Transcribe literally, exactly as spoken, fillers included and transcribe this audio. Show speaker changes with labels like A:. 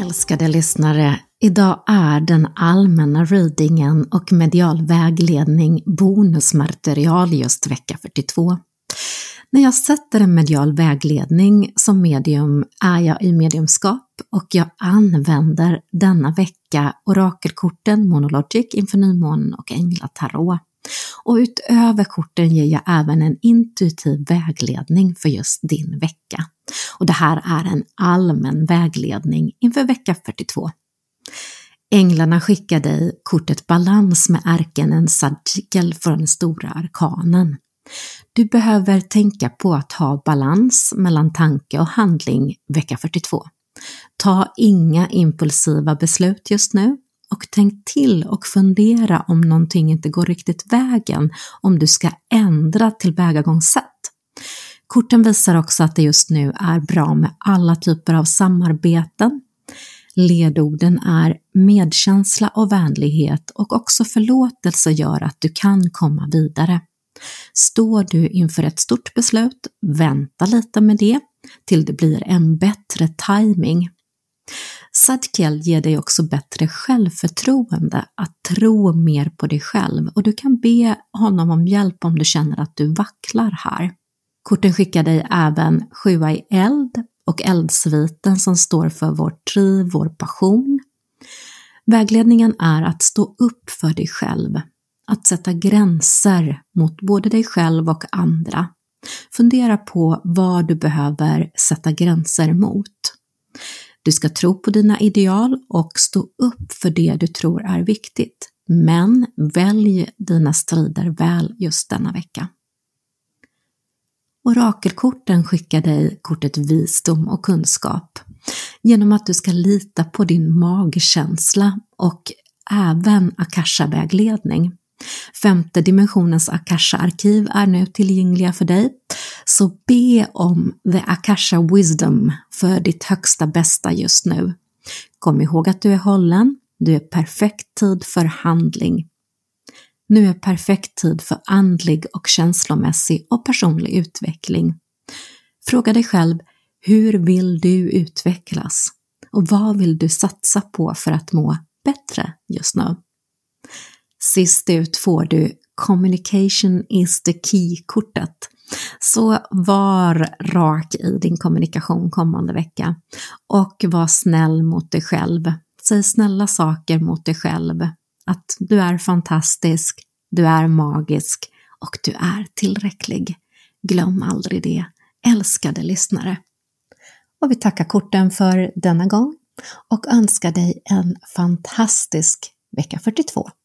A: Älskade lyssnare, idag är den allmänna readingen och medial vägledning bonusmaterial just vecka fyrtiotvå. När jag sätter en medial vägledning som medium är jag i mediumskap och jag använder denna vecka orakelkorten Monologic inför nymånen och Änglatarot. Och utöver korten ger jag även en intuitiv vägledning för just din vecka. Och det här är en allmän vägledning inför vecka fyrtiotvå. Änglarna skickar dig kortet balans med ärkenen Zadkiel från den stora arkanen. Du behöver tänka på att ha balans mellan tanke och handling vecka fyrtiotvå. Ta inga impulsiva beslut just nu och tänk till och fundera om någonting inte går riktigt vägen om du ska ändra tillvägagångssätt. Korten visar också att det just nu är bra med alla typer av samarbeten. Ledorden är medkänsla och vänlighet och också förlåtelse gör att du kan komma vidare. Står du inför ett stort beslut, vänta lite med det till det blir en bättre timing. Zadkiel ger dig också bättre självförtroende att tro mer på dig själv och du kan be honom om hjälp om du känner att du vacklar här. Korten skickar dig även sjua i eld och eldsviten som står för vårt driv, vår passion. Vägledningen är att stå upp för dig själv, att sätta gränser mot både dig själv och andra. Fundera på vad du behöver sätta gränser mot. Du ska tro på dina ideal och stå upp för det du tror är viktigt, men välj dina strider väl just denna vecka. Orakelkorten skickar dig kortet visdom och kunskap genom att du ska lita på din magkänsla och även Akasha-vägledning. Femte dimensionens Akasha-arkiv är nu tillgängliga för dig, så be om the Akasha Wisdom för ditt högsta bästa just nu. Kom ihåg att du är hållen, du är perfekt tid för handling. Nu är perfekt tid för andlig och känslomässig och personlig utveckling. Fråga dig själv, hur vill du utvecklas? Och vad vill du satsa på för att må bättre just nu? Sist ut får du Communication is the key-kortet. Så var rak i din kommunikation kommande vecka och var snäll mot dig själv. Säg snälla saker mot dig själv. Att du är fantastisk, du är magisk och du är tillräcklig. Glöm aldrig det, älskade lyssnare. Och vi tackar korten för denna gång och önskar dig en fantastisk vecka fyrtiotvå.